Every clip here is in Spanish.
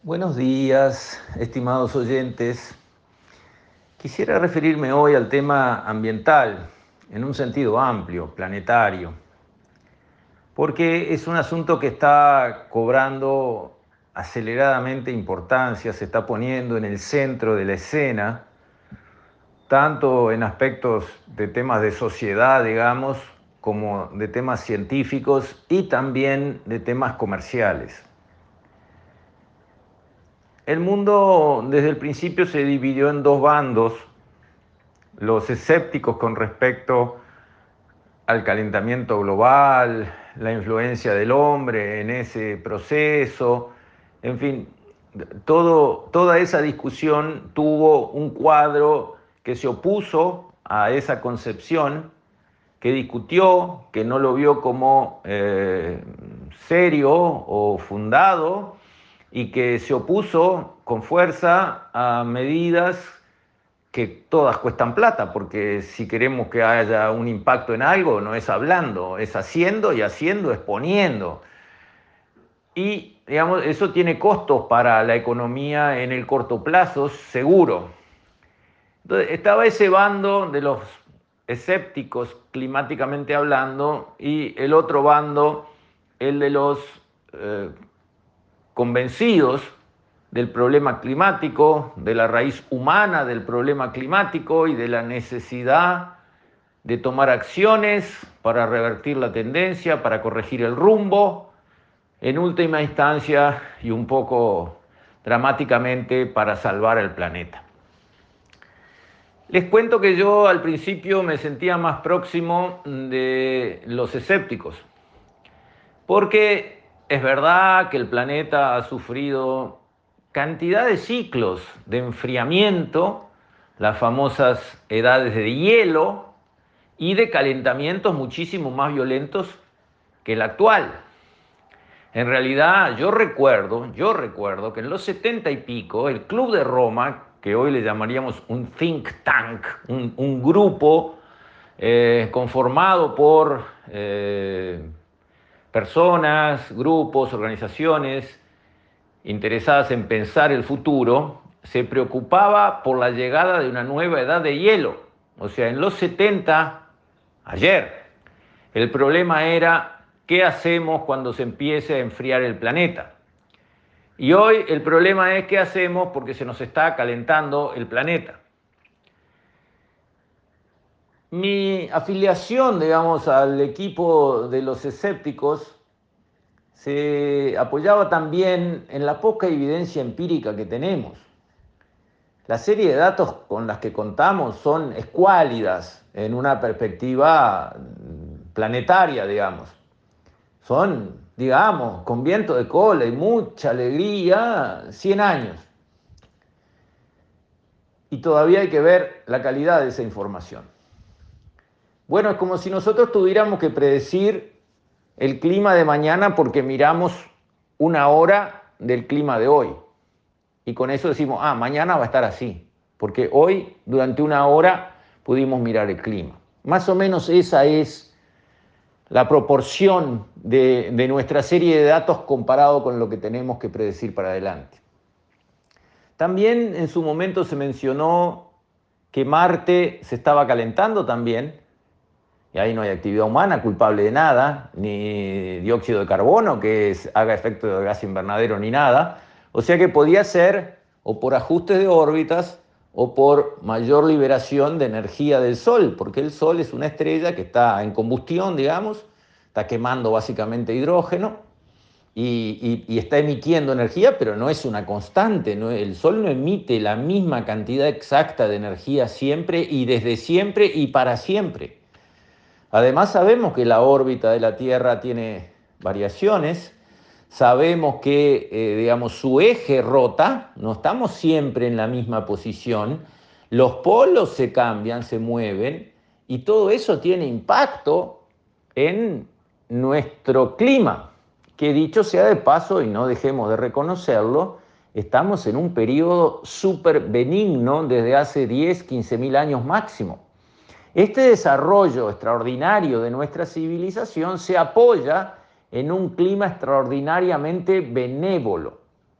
Buenos días, estimados oyentes. Quisiera referirme hoy al tema ambiental en un sentido amplio, planetario, porque es un asunto que está cobrando aceleradamente importancia, se está poniendo en el centro de la escena, tanto en aspectos de temas de sociedad, digamos, como de temas científicos y también de temas comerciales. El mundo desde el principio se dividió en dos bandos: los escépticos con respecto al calentamiento global, la influencia del hombre en ese proceso, en fin, toda esa discusión tuvo un cuadro que se opuso a esa concepción, que discutió, que no lo vio como serio o fundado, y que se opuso con fuerza a medidas que todas cuestan plata, porque si queremos que haya un impacto en algo, no es hablando, es haciendo, y haciendo es poniendo. Y digamos, eso tiene costos para la economía en el corto plazo, seguro. Entonces, estaba ese bando de los escépticos climáticamente hablando, y el otro bando, el de los eh, convencidos del problema climático, de la raíz humana del problema climático y de la necesidad de tomar acciones para revertir la tendencia, para corregir el rumbo, en última instancia y un poco dramáticamente para salvar el planeta. Les cuento que yo al principio me sentía más próximo de los escépticos, porque es verdad que el planeta ha sufrido cantidad de ciclos de enfriamiento, las famosas edades de hielo, y de calentamientos muchísimo más violentos que el actual. En realidad, yo recuerdo que en los 70 y pico, el Club de Roma, que hoy le llamaríamos un think tank, un grupo conformado por personas, grupos, organizaciones interesadas en pensar el futuro, se preocupaba por la llegada de una nueva edad de hielo. O sea, en los 70, ayer, el problema era qué hacemos cuando se empiece a enfriar el planeta. Y hoy el problema es qué hacemos porque se nos está calentando el planeta. Mi afiliación, digamos, al equipo de los escépticos se apoyaba también en la poca evidencia empírica que tenemos. La serie de datos con las que contamos son escuálidas en una perspectiva planetaria, digamos. Son, digamos, con viento de cola y mucha alegría, 100 años. Y todavía hay que ver la calidad de esa información. Bueno, es como si nosotros tuviéramos que predecir el clima de mañana porque miramos una hora del clima de hoy. Y con eso decimos, mañana va a estar así, porque hoy, durante una hora, pudimos mirar el clima. Más o menos esa es la proporción de nuestra serie de datos comparado con lo que tenemos que predecir para adelante. También en su momento se mencionó que Marte se estaba calentando también, y ahí no hay actividad humana culpable de nada, ni dióxido de carbono que haga efecto de gas invernadero, ni nada. O sea que podía ser o por ajustes de órbitas o por mayor liberación de energía del Sol, porque el Sol es una estrella que está en combustión, digamos, está quemando básicamente hidrógeno y está emitiendo energía, pero no es una constante, ¿no? El Sol no emite la misma cantidad exacta de energía siempre y desde siempre y para siempre. Además, sabemos que la órbita de la Tierra tiene variaciones, sabemos que digamos, su eje rota, no estamos siempre en la misma posición, los polos se cambian, se mueven, y todo eso tiene impacto en nuestro clima, que dicho sea de paso, y no dejemos de reconocerlo, estamos en un periodo súper benigno desde hace 10, 15.000 años máximo. Este desarrollo extraordinario de nuestra civilización se apoya en un clima extraordinariamente benévolo.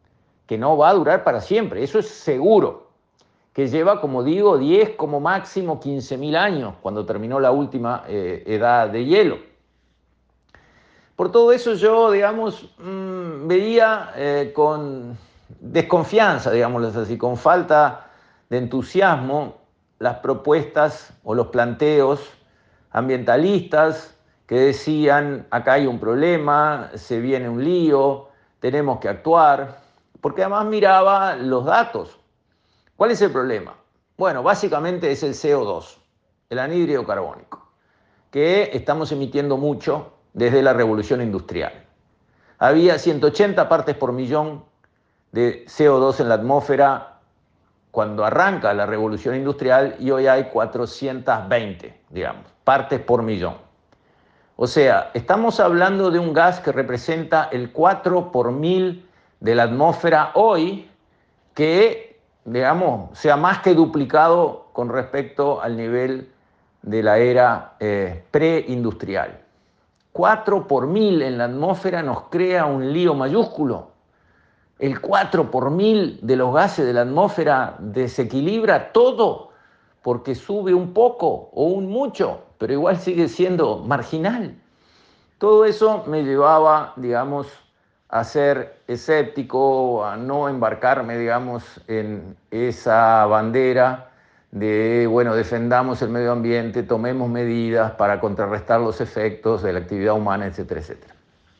que no va a durar para siempre, eso es seguro, que lleva, como digo, 10 como máximo 15.000 años, cuando terminó la última edad de hielo. Por todo eso yo, digamos, veía con desconfianza, digámoslo así, con falta de entusiasmo, las propuestas o los planteos ambientalistas que decían, acá hay un problema, se viene un lío, tenemos que actuar, porque además miraba los datos. ¿Cuál es el problema? Bueno, básicamente es el CO2, el anhídrido carbónico, que estamos emitiendo mucho desde la revolución industrial. Había 180 partes por millón de CO2 en la atmósfera cuando arranca la revolución industrial y hoy hay 420, digamos, partes por millón. O sea, estamos hablando de un gas que representa el 4 por mil de la atmósfera hoy, que, digamos, sea más que duplicado con respecto al nivel de la era preindustrial. 4 por mil en la atmósfera nos crea un lío mayúsculo. El 4 por mil de los gases de la atmósfera desequilibra todo porque sube un poco o un mucho, pero igual sigue siendo marginal. Todo eso me llevaba, digamos, a ser escéptico, a no embarcarme, digamos, en esa bandera de, bueno, defendamos el medio ambiente, tomemos medidas para contrarrestar los efectos de la actividad humana, etcétera, etcétera.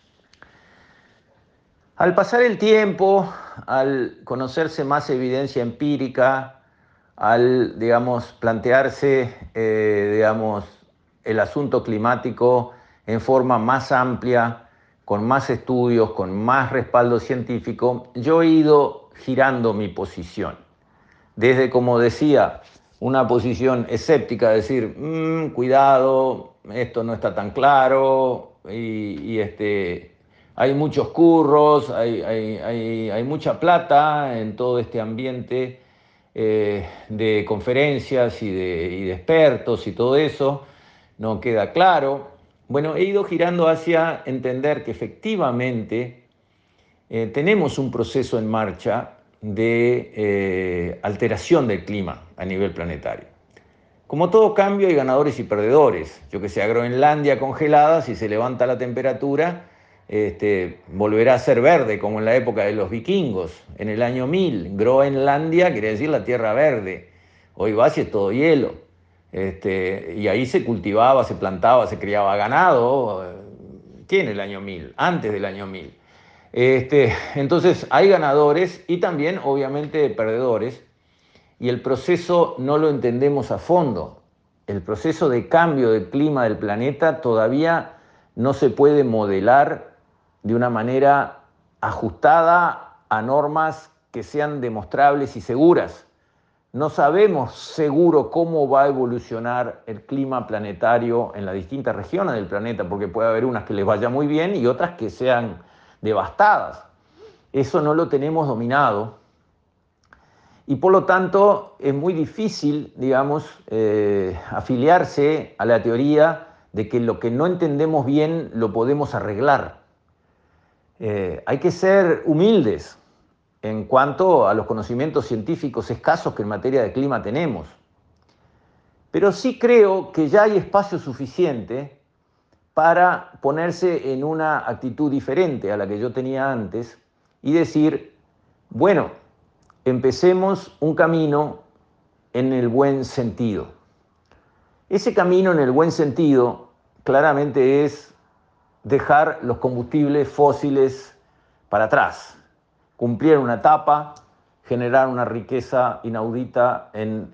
Al pasar el tiempo, al conocerse más evidencia empírica, al, digamos, plantearse, digamos, el asunto climático en forma más amplia, con más estudios, con más respaldo científico, yo he ido girando mi posición. Desde, como decía, una posición escéptica, decir, cuidado, esto no está tan claro, hay muchos curros, hay mucha plata en todo este ambiente de conferencias y de expertos y todo eso, no queda claro. Bueno, he ido girando hacia entender que efectivamente tenemos un proceso en marcha de alteración del clima a nivel planetario. Como todo cambio hay ganadores y perdedores. Yo que sé, a Groenlandia congelada, si se levanta la temperatura, volverá a ser verde, como en la época de los vikingos, en el año 1000. Groenlandia quiere decir la tierra verde. Hoy va y es todo hielo. Y ahí se cultivaba, se plantaba, se criaba ganado. ¿Qué en el año 1000? Antes del año 1000. Entonces hay ganadores y también obviamente perdedores, y el proceso no lo entendemos a fondo. El proceso de cambio del clima del planeta todavía no se puede modelar de una manera ajustada a normas que sean demostrables y seguras. No sabemos seguro cómo va a evolucionar el clima planetario en las distintas regiones del planeta, porque puede haber unas que les vaya muy bien y otras que sean devastadas. Eso no lo tenemos dominado y por lo tanto es muy difícil, digamos, afiliarse a la teoría de que lo que no entendemos bien lo podemos arreglar. Hay que ser humildes en cuanto a los conocimientos científicos escasos que en materia de clima tenemos. Pero sí creo que ya hay espacio suficiente para ponerse en una actitud diferente a la que yo tenía antes y decir, bueno, empecemos un camino en el buen sentido. Ese camino en el buen sentido claramente es dejar los combustibles fósiles para atrás, cumplir una etapa, generar una riqueza inaudita en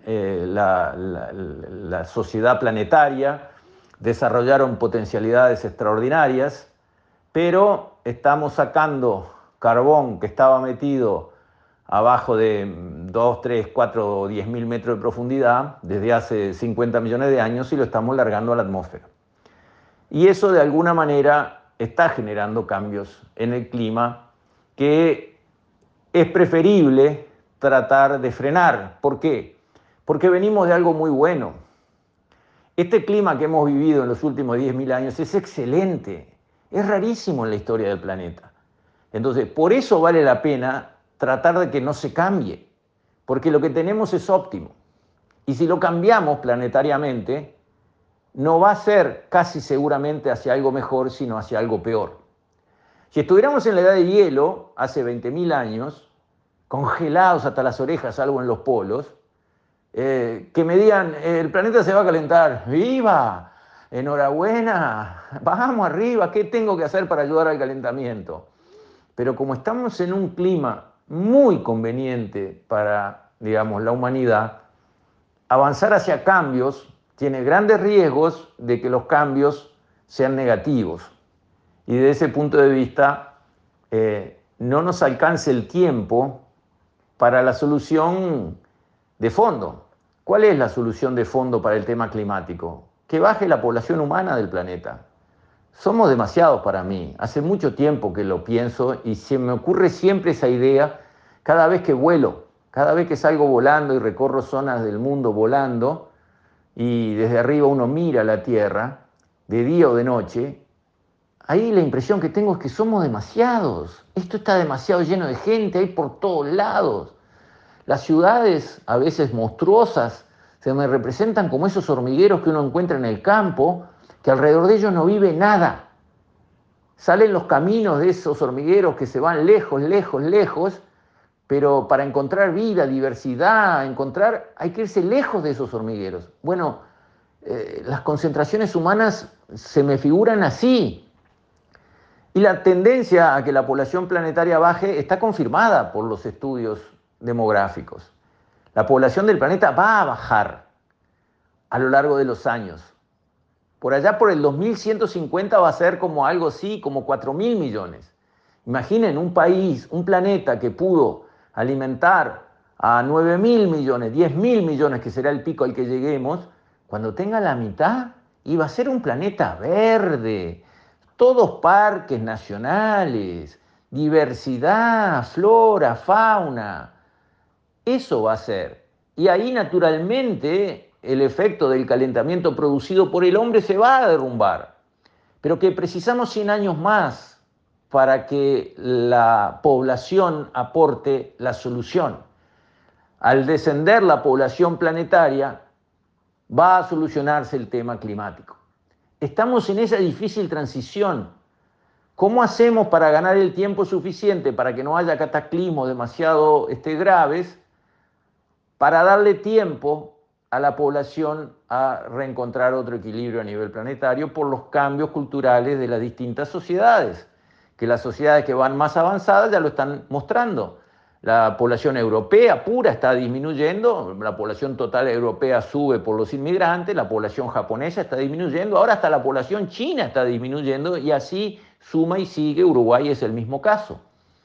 la sociedad planetaria, desarrollaron potencialidades extraordinarias, pero estamos sacando carbón que estaba metido abajo de 2, 3, 4 o 10 mil metros de profundidad desde hace 50 millones de años y lo estamos largando a la atmósfera. Y eso de alguna manera está generando cambios en el clima que es preferible tratar de frenar. ¿Por qué? Porque venimos de algo muy bueno. Este clima que hemos vivido en los últimos 10.000 años es excelente, es rarísimo en la historia del planeta. Entonces, por eso vale la pena tratar de que no se cambie, porque lo que tenemos es óptimo. Y si lo cambiamos planetariamente, no va a ser casi seguramente hacia algo mejor, sino hacia algo peor. Si estuviéramos en la edad de hielo, hace 20.000 años, congelados hasta las orejas, salvo en los polos, que me digan, el planeta se va a calentar, ¡viva! Enhorabuena, vamos arriba, ¿qué tengo que hacer para ayudar al calentamiento? Pero como estamos en un clima muy conveniente para, digamos, la humanidad, avanzar hacia cambios tiene grandes riesgos de que los cambios sean negativos. Y desde ese punto de vista, no nos alcance el tiempo para la solución de fondo. ¿Cuál es la solución de fondo para el tema climático? Que baje la población humana del planeta. Somos demasiados para mí. Hace mucho tiempo que lo pienso y se me ocurre siempre esa idea cada vez que vuelo, cada vez que salgo volando y recorro zonas del mundo volando y desde arriba uno mira la Tierra, de día o de noche. Ahí la impresión que tengo es que somos demasiados. Esto está demasiado lleno de gente, hay por todos lados. Las ciudades, a veces monstruosas, se me representan como esos hormigueros que uno encuentra en el campo, que alrededor de ellos no vive nada. Salen los caminos de esos hormigueros que se van lejos, lejos, lejos, pero para encontrar vida, diversidad, hay que irse lejos de esos hormigueros. Bueno, las concentraciones humanas se me figuran así. Y la tendencia a que la población planetaria baje está confirmada por los estudios demográficos. La población del planeta va a bajar a lo largo de los años. Por allá por el 2150 va a ser como algo así, como 4.000 millones. Imaginen un país, un planeta que pudo alimentar a 9.000 millones, 10.000 millones, que será el pico al que lleguemos, cuando tenga la mitad, iba a ser un planeta verde. Todos parques nacionales, diversidad, flora, fauna. Eso va a ser. Y ahí naturalmente el efecto del calentamiento producido por el hombre se va a derrumbar. Pero que precisamos 100 años más para que la población aporte la solución. Al descender la población planetaria, va a solucionarse el tema climático. Estamos en esa difícil transición. ¿Cómo hacemos para ganar el tiempo suficiente para que no haya cataclismos demasiado graves, para darle tiempo a la población a reencontrar otro equilibrio a nivel planetario por los cambios culturales de las distintas sociedades? Que las sociedades que van más avanzadas ya lo están mostrando. La población europea pura está disminuyendo, la población total europea sube por los inmigrantes, la población japonesa está disminuyendo, ahora hasta la población china está disminuyendo y así suma y sigue. Uruguay es el mismo caso.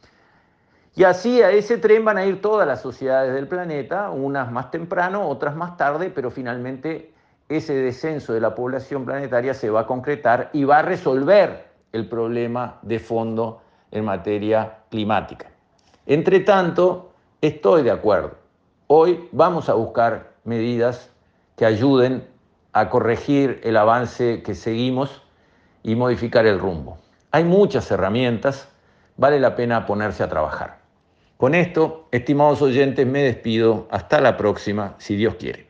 Y así a ese tren van a ir todas las sociedades del planeta, unas más temprano, otras más tarde, pero finalmente ese descenso de la población planetaria se va a concretar y va a resolver el problema de fondo en materia climática. Entre tanto, estoy de acuerdo. Hoy vamos a buscar medidas que ayuden a corregir el avance que seguimos y modificar el rumbo. Hay muchas herramientas, vale la pena ponerse a trabajar. Con esto, estimados oyentes, me despido. Hasta la próxima, si Dios quiere.